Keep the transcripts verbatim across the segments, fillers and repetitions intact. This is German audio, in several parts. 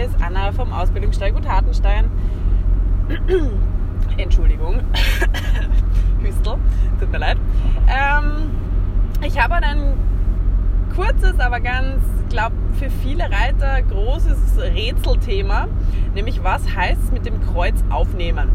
hier ist Anna vom Ausbildungsstall Gut Hartenstein. Entschuldigung, Hüstel, tut mir leid. Ähm, ich habe ein kurzes, aber ganz, glaube für viele Reiter großes Rätselthema, nämlich was heißt es mit dem Kreuz aufnehmen?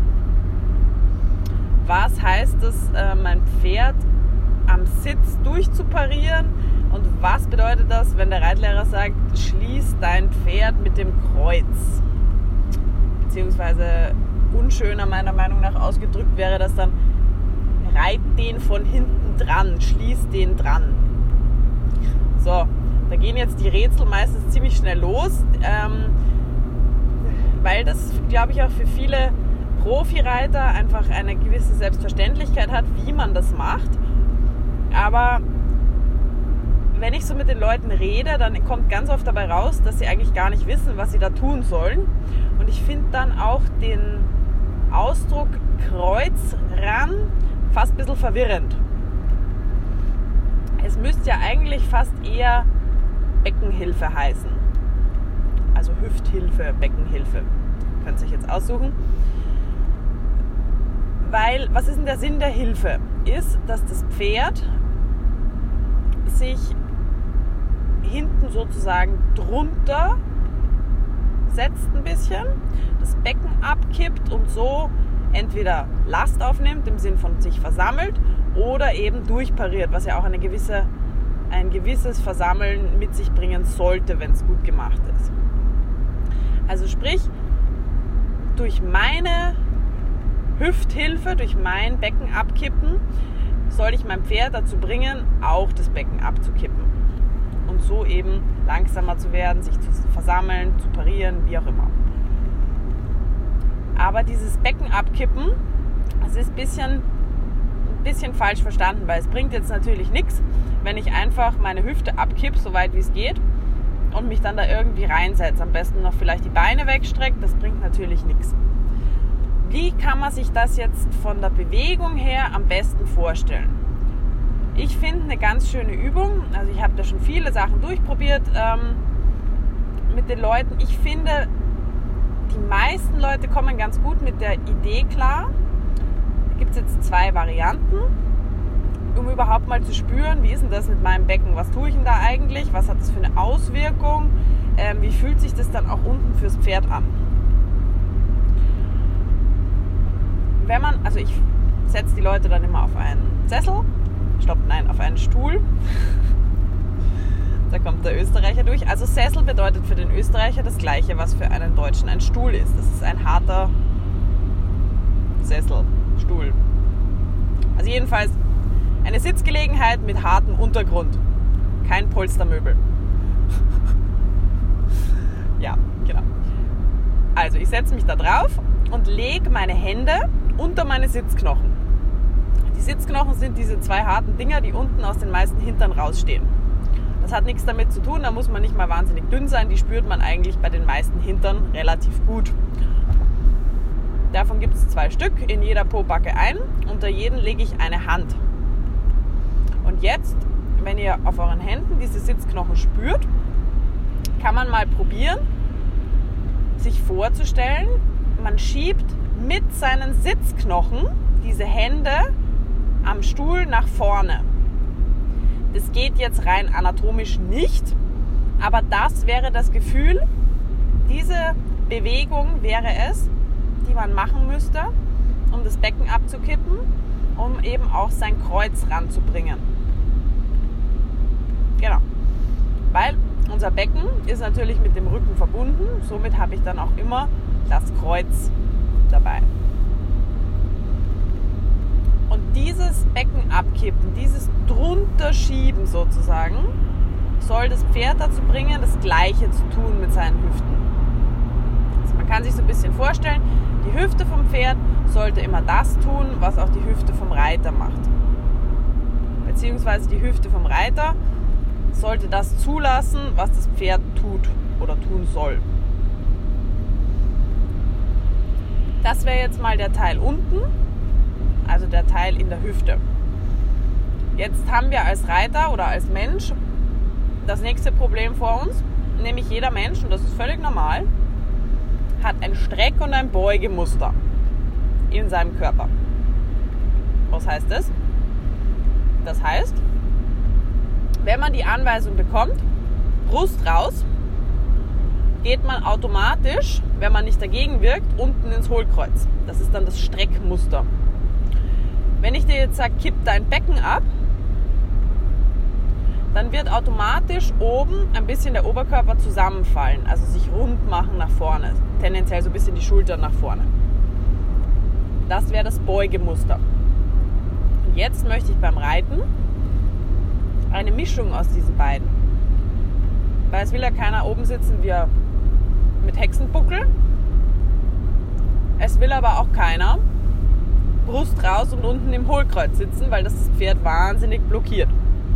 Was heißt es, äh, mein Pferd am Sitz durchzuparieren? Und was bedeutet das, wenn der Reitlehrer sagt, schließ dein Pferd mit dem Kreuz? Beziehungsweise unschöner meiner Meinung nach ausgedrückt wäre das dann, reit den von hinten dran, schließ den dran. So, da gehen jetzt die Rätsel meistens ziemlich schnell los, ähm, weil das, glaube ich, auch für viele Profireiter einfach eine gewisse Selbstverständlichkeit hat, wie man das macht. Aber wenn ich so mit den Leuten rede, dann kommt ganz oft dabei raus, dass sie eigentlich gar nicht wissen, was sie da tun sollen. Und ich finde dann auch den Ausdruck Kreuz ran fast ein bisschen verwirrend. Es müsste ja eigentlich fast eher Beckenhilfe heißen. Also Hüfthilfe, Beckenhilfe. Könnt ihr euch jetzt aussuchen. Weil, was ist denn der Sinn der Hilfe? Ist, dass das Pferd sich hinten sozusagen drunter setzt ein bisschen, das Becken abkippt und so entweder Last aufnimmt, im Sinn von sich versammelt, oder eben durchpariert, was ja auch eine gewisse, ein gewisses Versammeln mit sich bringen sollte, wenn es gut gemacht ist. Also sprich, durch meine Hüfthilfe, durch mein Becken abkippen, soll ich mein Pferd dazu bringen, auch das Becken abzukippen. Und so eben langsamer zu werden, sich zu versammeln, zu parieren, wie auch immer. Aber dieses Becken abkippen, das ist ein bisschen, ein bisschen falsch verstanden, weil es bringt jetzt natürlich nichts, wenn ich einfach meine Hüfte abkippe, so weit wie es geht, und mich dann da irgendwie reinsetze. Am besten noch vielleicht die Beine wegstreckt, das bringt natürlich nichts. Wie kann man sich das jetzt von der Bewegung her am besten vorstellen? Ich finde eine ganz schöne Übung, also ich habe da schon viele Sachen durchprobiert ähm, mit den Leuten. Ich finde, die meisten Leute kommen ganz gut mit der Idee klar. Da gibt es jetzt zwei Varianten, um überhaupt mal zu spüren, wie ist denn das mit meinem Becken? Was tue ich denn da eigentlich? Was hat das für eine Auswirkung? Ähm, wie fühlt sich das dann auch unten fürs Pferd an? Wenn man, also ich setze die Leute dann immer auf einen Sessel, stopp, nein, auf einen Stuhl. Da kommt der Österreicher durch. Also Sessel bedeutet für den Österreicher das Gleiche, was für einen Deutschen ein Stuhl ist. Das ist ein harter Sessel, Stuhl. Also jedenfalls eine Sitzgelegenheit mit hartem Untergrund. Kein Polstermöbel. Ja, genau. Also ich setze mich da drauf und lege meine Hände unter meine Sitzknochen. Die Sitzknochen sind diese zwei harten Dinger, die unten aus den meisten Hintern rausstehen. Das hat nichts damit zu tun, da muss man nicht mal wahnsinnig dünn sein, die spürt man eigentlich bei den meisten Hintern relativ gut. Davon gibt es zwei Stück, in jeder Pobacke ein, unter jeden lege ich eine Hand. Und jetzt, wenn ihr auf euren Händen diese Sitzknochen spürt, kann man mal probieren, sich vorzustellen, man schiebt mit seinen Sitzknochen diese Hände am Stuhl nach vorne. Das geht jetzt rein anatomisch nicht, aber das wäre das Gefühl, diese Bewegung wäre es, die man machen müsste, um das Becken abzukippen, um eben auch sein Kreuz ranzubringen. Genau, weil unser Becken ist natürlich mit dem Rücken verbunden, somit habe ich dann auch immer das Kreuz dabei. Und dieses Becken abkippen, dieses drunter schieben sozusagen, soll das Pferd dazu bringen, das Gleiche zu tun mit seinen Hüften. Also man kann sich so ein bisschen vorstellen, die Hüfte vom Pferd sollte immer das tun, was auch die Hüfte vom Reiter macht. Beziehungsweise die Hüfte vom Reiter sollte das zulassen, was das Pferd tut oder tun soll. Das wäre jetzt mal der Teil unten, also der Teil in der Hüfte. Jetzt haben wir als Reiter oder als Mensch das nächste Problem vor uns, nämlich jeder Mensch, und das ist völlig normal, hat ein Streck- und ein Beugemuster in seinem Körper. Was heißt das? Das heißt, wenn man die Anweisung bekommt, Brust raus, geht man automatisch, wenn man nicht dagegen wirkt, unten ins Hohlkreuz. Das ist dann das Streckmuster. Wenn ich dir jetzt sage, kipp dein Becken ab, dann wird automatisch oben ein bisschen der Oberkörper zusammenfallen, also sich rund machen nach vorne, tendenziell so ein bisschen die Schultern nach vorne. Das wäre das Beugemuster. Und jetzt möchte ich beim Reiten eine Mischung aus diesen beiden. Weil es will ja keiner oben sitzen wie mit Hexenbuckel. Es will aber auch keiner Brust raus und unten im Hohlkreuz sitzen, weil das das Pferd wahnsinnig blockiert.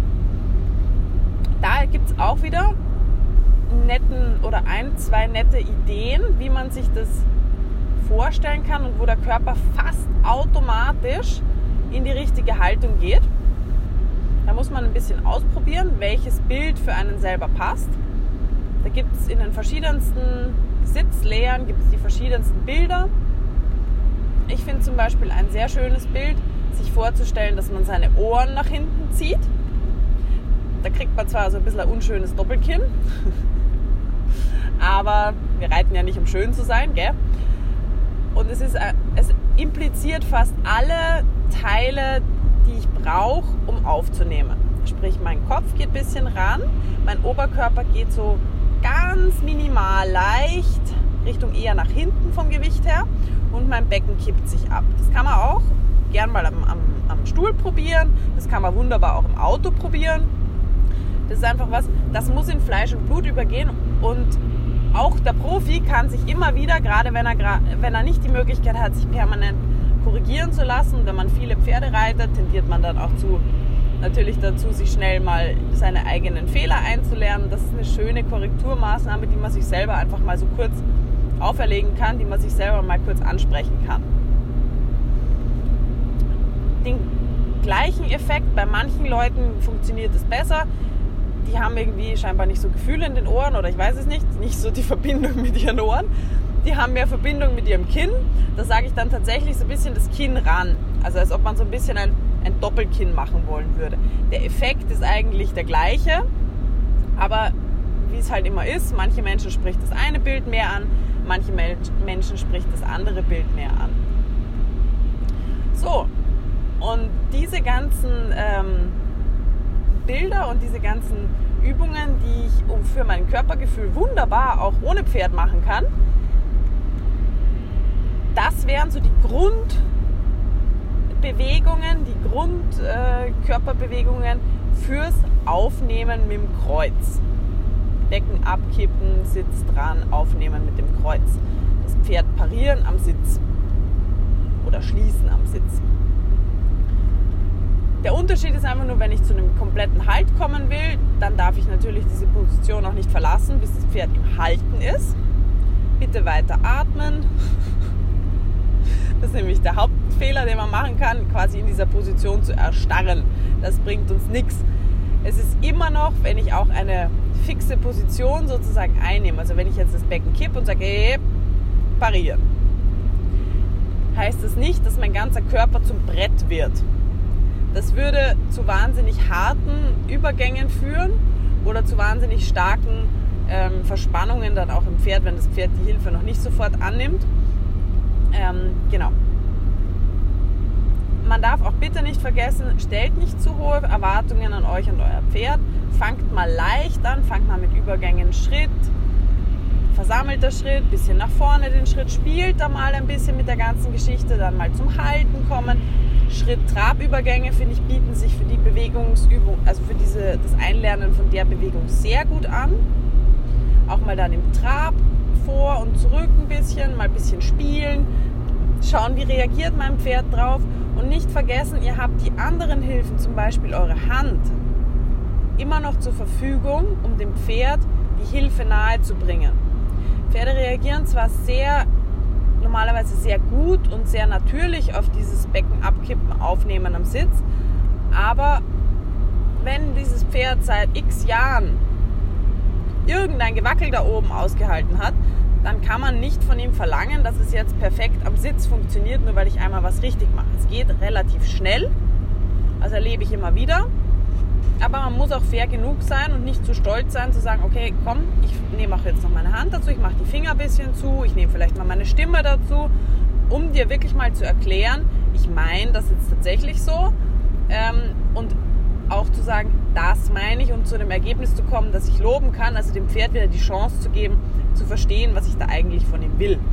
Da gibt es auch wieder netten oder ein, zwei nette Ideen, wie man sich das vorstellen kann und wo der Körper fast automatisch in die richtige Haltung geht. Da muss man ein bisschen ausprobieren, welches Bild für einen selber passt. Da gibt es in den verschiedensten Sitzlehren gibt es die verschiedensten Bilder. Ich finde zum Beispiel ein sehr schönes Bild, sich vorzustellen, dass man seine Ohren nach hinten zieht. Da kriegt man zwar so ein bisschen ein unschönes Doppelkinn, aber wir reiten ja nicht, um schön zu sein, gell? Und es, ist, es impliziert fast alle Teile, die ich brauche, um aufzunehmen. Sprich, mein Kopf geht ein bisschen ran, mein Oberkörper geht so ganz minimal leicht Richtung eher nach hinten vom Gewicht her und mein Becken kippt sich ab. Das kann man auch gern mal am, am, am Stuhl probieren, das kann man wunderbar auch im Auto probieren. Das ist einfach was, das muss in Fleisch und Blut übergehen und auch der Profi kann sich immer wieder, gerade wenn er, wenn er nicht die Möglichkeit hat, sich permanent korrigieren zu lassen, wenn man viele Pferde reitet, tendiert man dann auch zu, natürlich dazu, sich schnell mal seine eigenen Fehler einzulernen. Das ist eine schöne Korrekturmaßnahme, die man sich selber einfach mal so kurz auferlegen kann, die man sich selber mal kurz ansprechen kann. Den gleichen Effekt bei manchen Leuten funktioniert es besser. Die haben irgendwie scheinbar nicht so Gefühle in den Ohren oder ich weiß es nicht, nicht so die Verbindung mit ihren Ohren. Die haben mehr Verbindung mit ihrem Kinn. Da sage ich dann tatsächlich so ein bisschen das Kinn ran. Also als ob man so ein bisschen ein, ein Doppelkinn machen wollen würde. Der Effekt ist eigentlich der gleiche, aber wie es halt immer ist, manche Menschen spricht das eine Bild mehr an, manche Menschen spricht das andere Bild mehr an. So, und diese ganzen ähm, Bilder und diese ganzen Übungen, die ich für mein Körpergefühl wunderbar auch ohne Pferd machen kann, das wären so die Grundbewegungen, die Grundkörperbewegungen äh, fürs Aufnehmen mit dem Kreuz. Becken abkippen, Sitz dran, aufnehmen mit dem Kreuz. Das Pferd parieren am Sitz oder schließen am Sitz. Der Unterschied ist einfach nur, wenn ich zu einem kompletten Halt kommen will, dann darf ich natürlich diese Position auch nicht verlassen, bis das Pferd im Halten ist. Bitte weiter atmen. Das ist nämlich der Hauptfehler, den man machen kann, quasi in dieser Position zu erstarren. Das bringt uns nichts. Es ist immer noch, wenn ich auch eine fixe Position sozusagen einnehme, also wenn ich jetzt das Becken kippe und sage, hey, parieren, heißt das nicht, dass mein ganzer Körper zum Brett wird. Das würde zu wahnsinnig harten Übergängen führen oder zu wahnsinnig starken ähm, Verspannungen dann auch im Pferd, wenn das Pferd die Hilfe noch nicht sofort annimmt. Ähm, genau. Man darf auch bitte nicht vergessen, stellt nicht zu hohe Erwartungen an euch und euer Pferd. Fangt mal leicht an, fangt mal mit Übergängen Schritt, versammelter Schritt, bisschen nach vorne den Schritt, spielt da mal ein bisschen mit der ganzen Geschichte, dann mal zum Halten kommen. Schritt-Trab-Übergänge, finde ich, bieten sich für die Bewegungsübung, also für diese, das Einlernen von der Bewegung sehr gut an. Auch mal dann im Trab vor und zurück ein bisschen, mal ein bisschen spielen, schauen, wie reagiert mein Pferd drauf und nicht vergessen, ihr habt die anderen Hilfen, zum Beispiel eure Hand, immer noch zur Verfügung, um dem Pferd die Hilfe nahe zu bringen. Pferde reagieren zwar sehr, normalerweise sehr gut und sehr natürlich auf dieses Becken abkippen, aufnehmen am Sitz, aber wenn dieses Pferd seit x Jahren irgendein Gewackel da oben ausgehalten hat, dann kann man nicht von ihm verlangen, dass es jetzt perfekt am Sitz funktioniert, nur weil ich einmal was richtig mache. Es geht relativ schnell, also erlebe ich immer wieder. Aber man muss auch fair genug sein und nicht zu stolz sein, zu sagen, okay, komm, ich nehme auch jetzt noch meine Hand dazu, ich mache die Finger ein bisschen zu, ich nehme vielleicht mal meine Stimme dazu, um dir wirklich mal zu erklären, ich meine das jetzt tatsächlich so, ähm, und auch zu sagen, das meine ich, und zu dem Ergebnis zu kommen, dass ich loben kann, also dem Pferd wieder die Chance zu geben, zu verstehen, was ich da eigentlich von ihm will.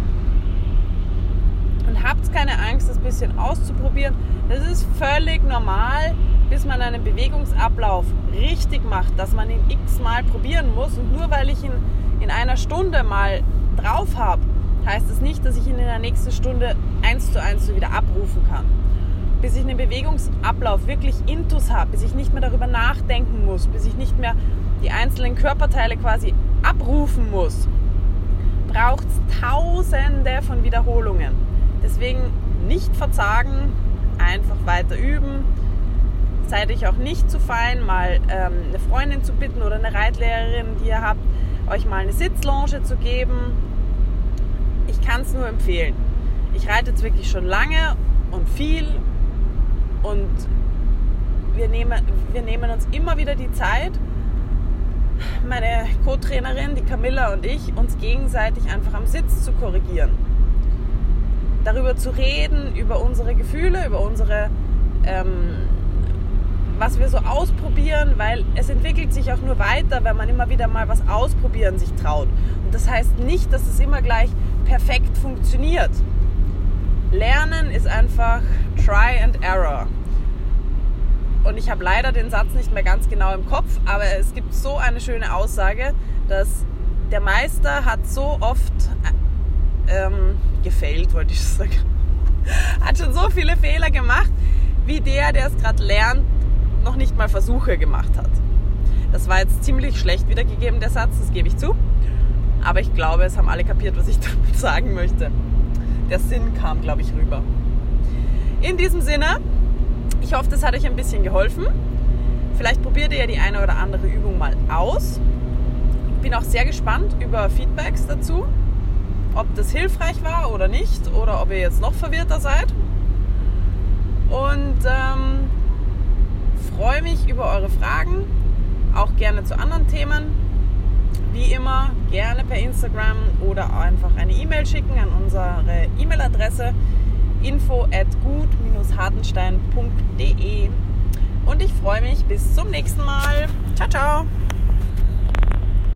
Und habt keine Angst, das ein bisschen auszuprobieren. Das ist völlig normal, bis man einen Bewegungsablauf richtig macht, dass man ihn x-mal probieren muss. Und nur weil ich ihn in einer Stunde mal drauf habe, heißt es nicht, dass ich ihn in der nächsten Stunde eins zu eins so wieder abrufen kann. Bis ich einen Bewegungsablauf wirklich intus habe, bis ich nicht mehr darüber nachdenken muss, bis ich nicht mehr die einzelnen Körperteile quasi abrufen muss, braucht es tausende von Wiederholungen. Deswegen nicht verzagen, einfach weiter üben. Seid euch auch nicht zu fein, mal ähm, eine Freundin zu bitten oder eine Reitlehrerin, die ihr habt, euch mal eine Sitzlonge zu geben. Ich kann es nur empfehlen. Ich reite jetzt wirklich schon lange und viel und wir nehmen, wir nehmen uns immer wieder die Zeit, meine Co-Trainerin, die Camilla und ich, uns gegenseitig einfach am Sitz zu korrigieren. Darüber zu reden, über unsere Gefühle, über unsere, ähm, was wir so ausprobieren, weil es entwickelt sich auch nur weiter, wenn man immer wieder mal was ausprobieren sich traut. Und das heißt nicht, dass es immer gleich perfekt funktioniert. Lernen ist einfach Try and Error. Und ich habe leider den Satz nicht mehr ganz genau im Kopf, aber es gibt so eine schöne Aussage, dass der Meister hat so oft ähm, gefailt, wollte ich sagen, hat schon so viele Fehler gemacht, wie der, der es gerade lernt, noch nicht mal Versuche gemacht hat. Das war jetzt ziemlich schlecht wiedergegeben, der Satz, das gebe ich zu. Aber ich glaube, es haben alle kapiert, was ich damit sagen möchte. Der Sinn kam, glaube ich, rüber. In diesem Sinne, ich hoffe, das hat euch ein bisschen geholfen. Vielleicht probiert ihr ja die eine oder andere Übung mal aus. Ich bin auch sehr gespannt über Feedbacks dazu, ob das hilfreich war oder nicht, oder ob ihr jetzt noch verwirrter seid. Und ähm, freue mich über eure Fragen, auch gerne zu anderen Themen. Wie immer, gerne per Instagram oder einfach eine E-Mail schicken an unsere E-Mail-Adresse info at gut hartenstein punkt de. Und ich freue mich bis zum nächsten Mal. Ciao, ciao!